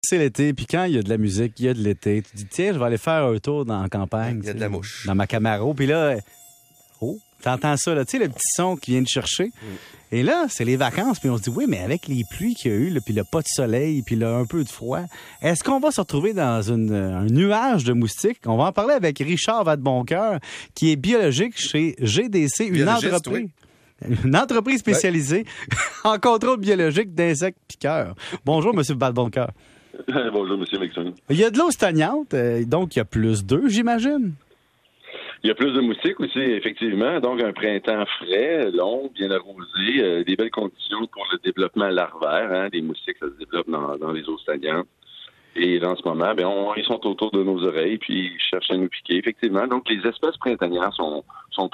C'est l'été, puis quand il y a de la musique, il y a de l'été, tu dis, tiens, je vais aller faire un tour dans la campagne. Il y a de la mouche. Dans ma Camaro, puis là, t'entends ça, là, tu sais, le petit son qui vient te chercher. Et là, c'est les vacances, puis on se dit, oui, mais avec les pluies qu'il y a eu, là, puis le pas de soleil, puis là, un peu de froid, est-ce qu'on va se retrouver dans un nuage de moustiques? On va en parler avec Richard Vadeboncoeur, qui est biologique chez GDC, une entreprise spécialisée en contrôle biologique d'insectes piqueurs. Bonjour, M. Vadeboncoeur. Bonjour, M. Mixon. Il y a de l'eau stagnante, donc il y a plus d'œufs, j'imagine. Il y a plus de moustiques aussi, effectivement. Donc, un printemps frais, long, bien arrosé, des belles conditions pour le développement larvaire. Hein. Les moustiques, ça se développe dans les eaux stagnantes. Et là, en ce moment, ils sont autour de nos oreilles, puis ils cherchent à nous piquer, effectivement. Donc, les espèces printanières sont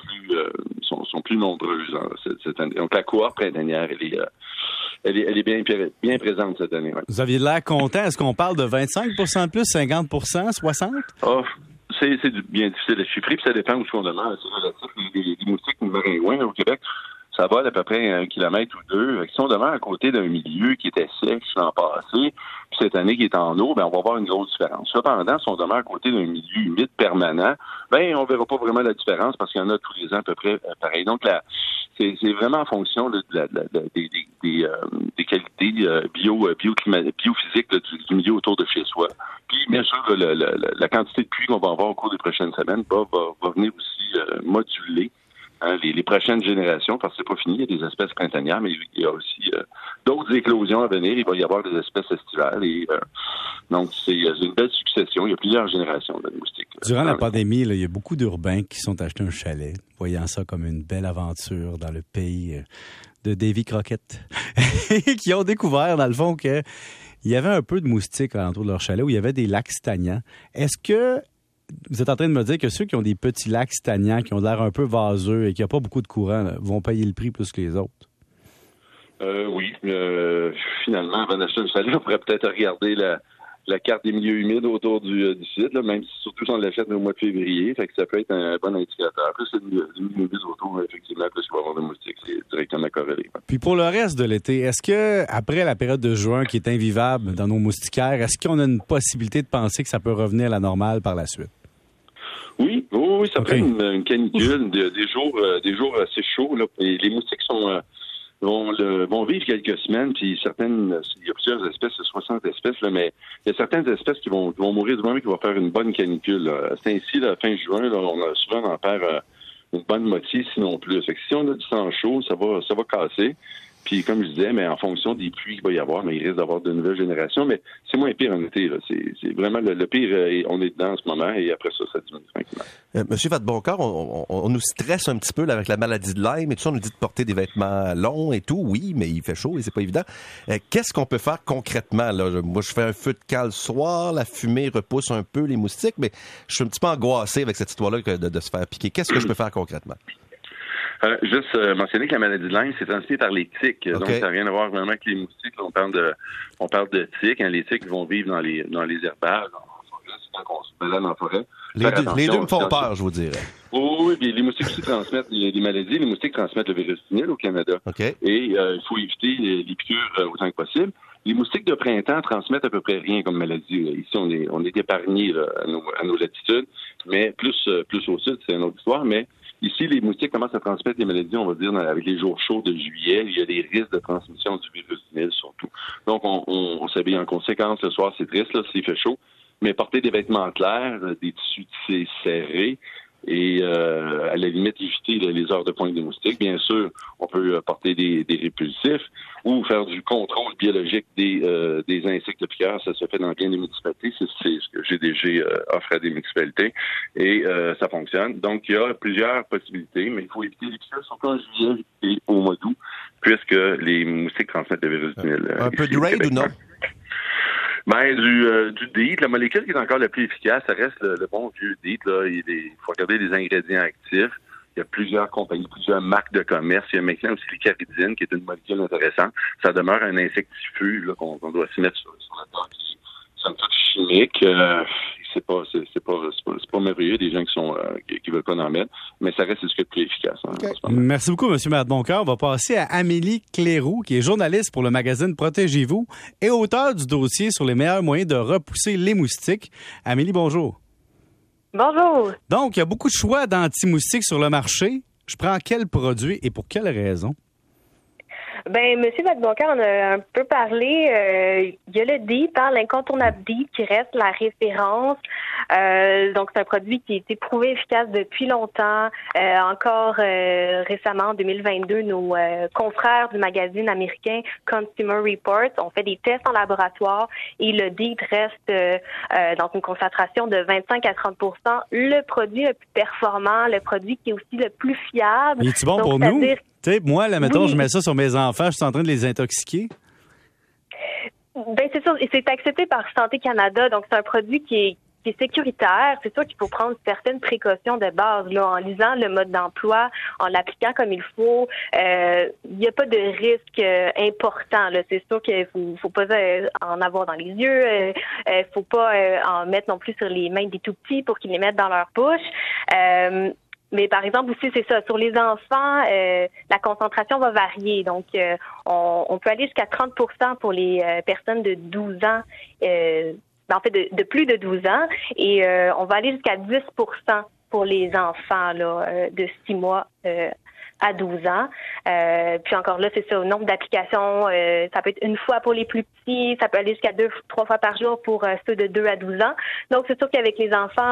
plus nombreuses cette année. Donc, la cohorte printanière, elle est bien présente cette année. Ouais. Vous aviez l'air content. Est-ce qu'on parle de 25 de plus, 50 60 C'est bien difficile à chiffrer, puis ça dépend où on demande. C'est relatif. Les moustiques maringouins au Québec, ça vole à peu près 1 kilomètre ou 2. Si on demeure à côté d'un milieu qui était sec l'an passé, puis cette année qui est en eau, on va voir une grosse différence. Cependant, si on demeure à côté d'un milieu humide permanent, on verra pas vraiment la différence parce qu'il y en a tous les ans à peu près pareil. Donc c'est vraiment en fonction des qualités biophysiques du milieu autour de chez soi. Puis, bien sûr, la quantité de pluie qu'on va avoir au cours des prochaines semaines va venir aussi moduler les prochaines générations, parce que c'est pas fini, il y a des espèces printanières, mais il y a aussi d'autres éclosions à venir. Il va y avoir des espèces estivales. Donc, c'est une belle succession. Il y a plusieurs générations de moustiques. Durant la pandémie, il y a beaucoup d'urbains qui sont achetés un chalet, voyant ça comme une belle aventure dans le pays de Davy Crockett, et qui ont découvert, dans le fond, qu'il y avait un peu de moustiques alentour de leur chalet, où il y avait des lacs stagnants. Est-ce que vous êtes en train de me dire que ceux qui ont des petits lacs stagnants, qui ont l'air un peu vaseux et qui n'ont pas beaucoup de courant, là, vont payer le prix plus que les autres? Oui. Finalement, avant d'acheter un chalet, on pourrait peut-être regarder la carte des milieux humides autour du site, là, même si surtout si on l'achète au mois de février. Fait que ça peut être un bon indicateur. Plus c'est des milieux humides autour, effectivement, plus il va y avoir de moustiques. C'est directement corrélé. Puis pour le reste de l'été, est-ce que après la période de juin qui est invivable dans nos moustiquaires, est-ce qu'on a une possibilité de penser que ça peut revenir à la normale par la suite? Oui, ça peut être une canicule, des jours assez chauds. Là, et les moustiques vont vivre quelques semaines, puis certaines, il y a plusieurs espèces, 60 espèces, là, mais il y a certaines espèces qui vont mourir du moment qu'il va faire une bonne canicule. Là. C'est ainsi, la fin juin, là, on en perd une bonne moitié, sinon plus. Fait que si on a du sang chaud, ça va casser. Puis, comme je disais, mais en fonction des pluies qu'il va y avoir, mais il risque d'avoir de nouvelles générations. Mais c'est moins pire en été. Là. C'est vraiment le pire, on est dedans en ce moment, et après ça diminue tranquillement. Monsieur Vadeboncoeur, on nous stresse un petit peu là, avec la maladie de Lyme et tout ça. On nous dit de porter des vêtements longs et tout. Oui, mais il fait chaud et c'est pas évident. Qu'est-ce qu'on peut faire concrètement? Là? Moi, je fais un feu de camp le soir, la fumée repousse un peu les moustiques, mais je suis un petit peu angoissé avec cette histoire-là de se faire piquer. Qu'est-ce que je peux faire concrètement? Juste mentionner que la maladie de Lyme, c'est transmis par les tiques. Okay. Donc, ça n'a rien à voir vraiment avec les moustiques. Là, on parle de tiques. Hein. Les tiques vont vivre dans les herbages, dans la forêt, souvent qu'on se balade en forêt. Les deux me font peur, je vous dirais. Oui, puis les moustiques aussi transmettent des maladies. Les moustiques transmettent le virus du Nil au Canada. Okay. Et il faut éviter les piqûres autant que possible. Les moustiques de printemps transmettent à peu près rien comme maladie. Ici, on est épargnés à nos latitudes, mais plus au sud, c'est une autre histoire. Mais ici, les moustiques commencent à transmettre des maladies, on va dire, avec les jours chauds de juillet. Il y a des risques de transmission du virus du Nil, surtout. Donc, on s'habille en conséquence. Le soir, c'est triste, là, s'il fait chaud. Mais porter des vêtements clairs, des tissus tissés serrés et, à la limite, éviter les heures de pointe des moustiques. Bien sûr, on peut porter des répulsifs ou faire du contrôle biologique des insectes piqueurs. Ça se fait dans bien des municipalités. C'est ce que GDG offre à des municipalités et ça fonctionne. Donc, il y a plusieurs possibilités, mais il faut éviter les piqûres, surtout en juillet et au mois d'août, puisque les moustiques transmettent le virus du Nil. Un peu de raid ou non? Du DEET, la molécule qui est encore la plus efficace, ça reste le bon vieux DEET. Là. Il faut regarder les ingrédients actifs. Il y a plusieurs compagnies, plusieurs marques de commerce. Il y a maintenant aussi l'icaridine, qui est une molécule intéressante. Ça demeure un insectifuge là, qu'on doit s'y mettre sur la table. C'est une toute chimique. c'est pas merveilleux, des gens qui veulent pas en mettre, mais ça reste ce qui est le plus efficace. Okay. Merci beaucoup, M. Matt-Boncoeur. On va passer à Amélie Cléroux, qui est journaliste pour le magazine Protégez-vous et auteure du dossier sur les meilleurs moyens de repousser les moustiques. Amélie, bonjour. Bonjour. Donc, il y a beaucoup de choix d'anti-moustiques sur le marché. Je prends quel produit et pour quelle raison? Ben, M. Matt-Boncoeur en a un peu parlé. Il y a le DEEP, l'incontournable DEEP, qui reste la référence. Donc, c'est un produit qui a été prouvé efficace depuis longtemps. Encore récemment, en 2022, nos confrères du magazine américain Consumer Reports ont fait des tests en laboratoire et le DEEP reste dans une concentration de 25 à 30 % le produit le plus performant, le produit qui est aussi le plus fiable. Il est-tu bon pour nous? Tu sais, moi, là, mettons, oui. Je mets ça sur mes enfants, je suis en train de les intoxiquer. Ben, c'est sûr, et c'est accepté par Santé Canada, donc c'est un produit qui est sécuritaire. C'est sûr qu'il faut prendre certaines précautions de base, là, en lisant le mode d'emploi, en l'appliquant comme il faut. Il n'y a pas de risque important, là. C'est sûr qu'il faut pas en avoir dans les yeux. Faut pas en mettre non plus sur les mains des tout petits pour qu'ils les mettent dans leur bouche. Mais par exemple aussi, c'est ça, sur les enfants, la concentration va varier. Donc, on peut aller jusqu'à 30 % pour les personnes de 12 ans, en fait de plus de 12 ans, et on va aller jusqu'à 10 % pour les enfants là, de 6 mois à 12 ans. Puis encore là, c'est ça, au nombre d'applications, ça peut être une fois pour les plus petits, ça peut aller jusqu'à 2-3 fois par jour pour ceux de 2 à 12 ans. Donc, c'est sûr qu'avec les enfants,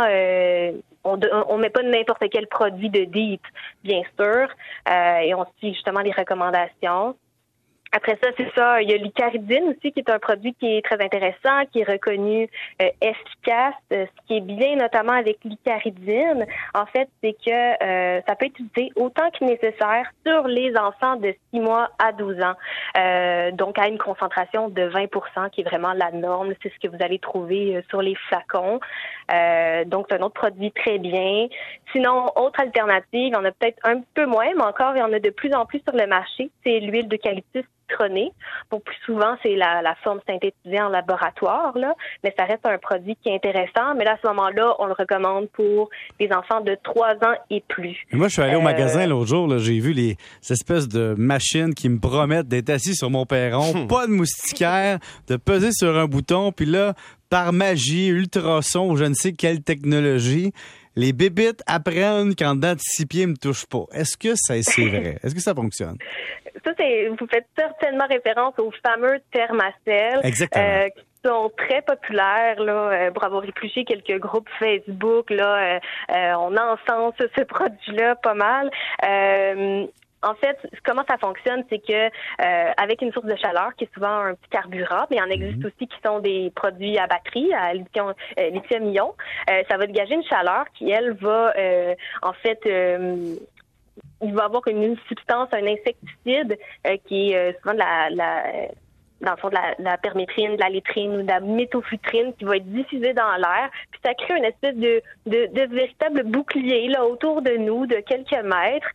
on met pas n'importe quel produit de DEEP, bien sûr, et on suit justement les recommandations. Après ça, c'est ça, il y a l'icaridine aussi, qui est un produit qui est très intéressant, qui est reconnu efficace. Ce qui est bien, notamment avec l'icaridine, en fait, c'est que ça peut être utilisé autant que nécessaire sur les enfants de 6 mois à 12 ans. Donc, à une concentration de 20 %, qui est vraiment la norme. C'est ce que vous allez trouver sur les flacons. Donc, c'est un autre produit très bien. Sinon, autre alternative, il y en a peut-être un peu moins, mais encore, il y en a de plus en plus sur le marché. C'est l'huile d'eucalyptus citronnée. Bon, plus souvent, c'est la forme synthétisée en laboratoire, là, mais ça reste un produit qui est intéressant. Mais là, à ce moment-là, on le recommande pour les enfants de 3 ans et plus. Et moi, je suis allé au magasin l'autre jour, là, j'ai vu ces espèces de machines qui me promettent d'être assis sur mon perron, pas de moustiquaire, de peser sur un bouton, puis là, par magie, ultrason ou je ne sais quelle technologie, les bébites apprennent qu'en dedans de 6 pieds, ils me touchent pas. Est-ce que c'est vrai? Est-ce que ça fonctionne? Ça, vous faites certainement référence aux fameux Thermacell. Exactement. Qui sont très populaires, là, pour avoir épluché quelques groupes Facebook, là, on encense ce produit-là pas mal. En fait, comment ça fonctionne, c'est que avec une source de chaleur qui est souvent un petit carburant, mais il en existe aussi qui sont des produits à batterie, à lithium-ion, ça va dégager une chaleur qui, elle, va en fait il va avoir une substance, un insecticide qui est souvent dans le fond de la permétrine, de la lettrine ou de la méthofutrine qui va être diffusée dans l'air. Puis ça crée une espèce de véritable bouclier là autour de nous, de quelques mètres.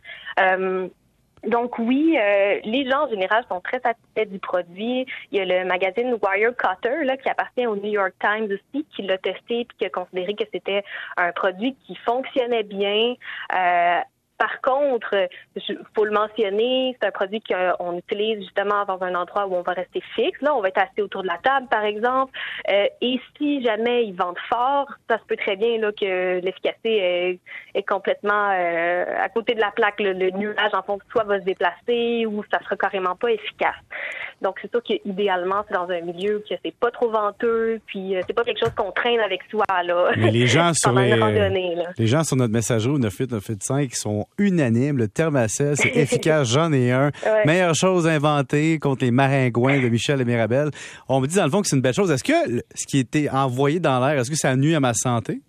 Donc oui, les gens en général sont très satisfaits du produit. Il y a le magazine Wirecutter là qui appartient au New York Times aussi, qui l'a testé et qui a considéré que c'était un produit qui fonctionnait bien. Par contre, faut le mentionner, c'est un produit qu'on utilise justement dans un endroit où on va rester fixe. Là, on va être assis autour de la table, par exemple. Et si jamais ils vendent fort, ça se peut très bien là que l'efficacité est complètement à côté de la plaque. Le nuage, en fond, soit va se déplacer ou ça sera carrément pas efficace. Donc, c'est sûr qu'idéalement, c'est dans un milieu que c'est pas trop venteux, puis c'est pas quelque chose qu'on traîne avec soi, là. Mais les gens sur randonnée, là. Les gens sur notre messagerie 98-98-5 qui sont unanimes. Le Thermacell, c'est efficace, j'en ai un. Ouais. Meilleure chose inventée contre les maringouins de Michel et Mirabel. On me dit dans le fond que c'est une belle chose. Est-ce que ce qui a été envoyé dans l'air, est-ce que ça nuit à ma santé?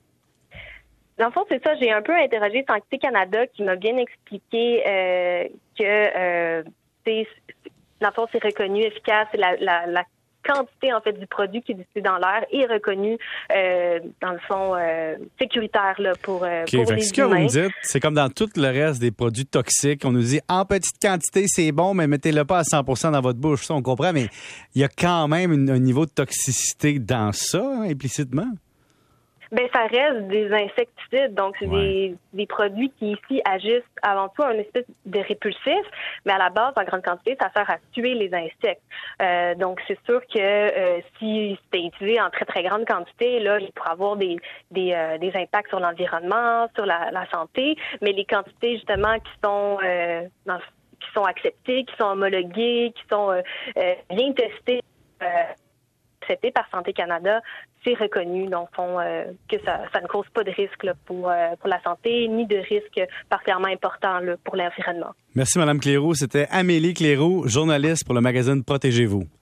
Dans le fond, c'est ça. J'ai un peu interrogé Santé Canada qui m'a bien expliqué que dans le fond, c'est reconnu efficace. La quantité en fait du produit qui est diffusé dans l'air est reconnue dans le fond sécuritaire là pour les humains. Ce que vous me dites, c'est comme dans tout le reste des produits toxiques, on nous dit en petite quantité c'est bon, mais mettez-le pas à 100% dans votre bouche. Ça on comprend, mais il y a quand même un niveau de toxicité dans ça, hein, implicitement. Ben, ça reste des insecticides, donc c'est des produits qui ici agissent avant tout un espèce de répulsif, mais à la base, en grande quantité, ça sert à tuer les insectes. Donc c'est sûr que si c'était utilisé en très très grande quantité, là, il pourrait avoir des impacts sur l'environnement, sur la santé, mais les quantités justement qui sont acceptées, qui sont homologuées, qui sont bien testées. Accepté par Santé Canada, c'est reconnu, donc que ça ne cause pas de risque là, pour la santé, ni de risque particulièrement important là, pour l'environnement. Merci, Mme Cléroux. C'était Amélie Cléroux, journaliste pour le magazine Protégez-vous.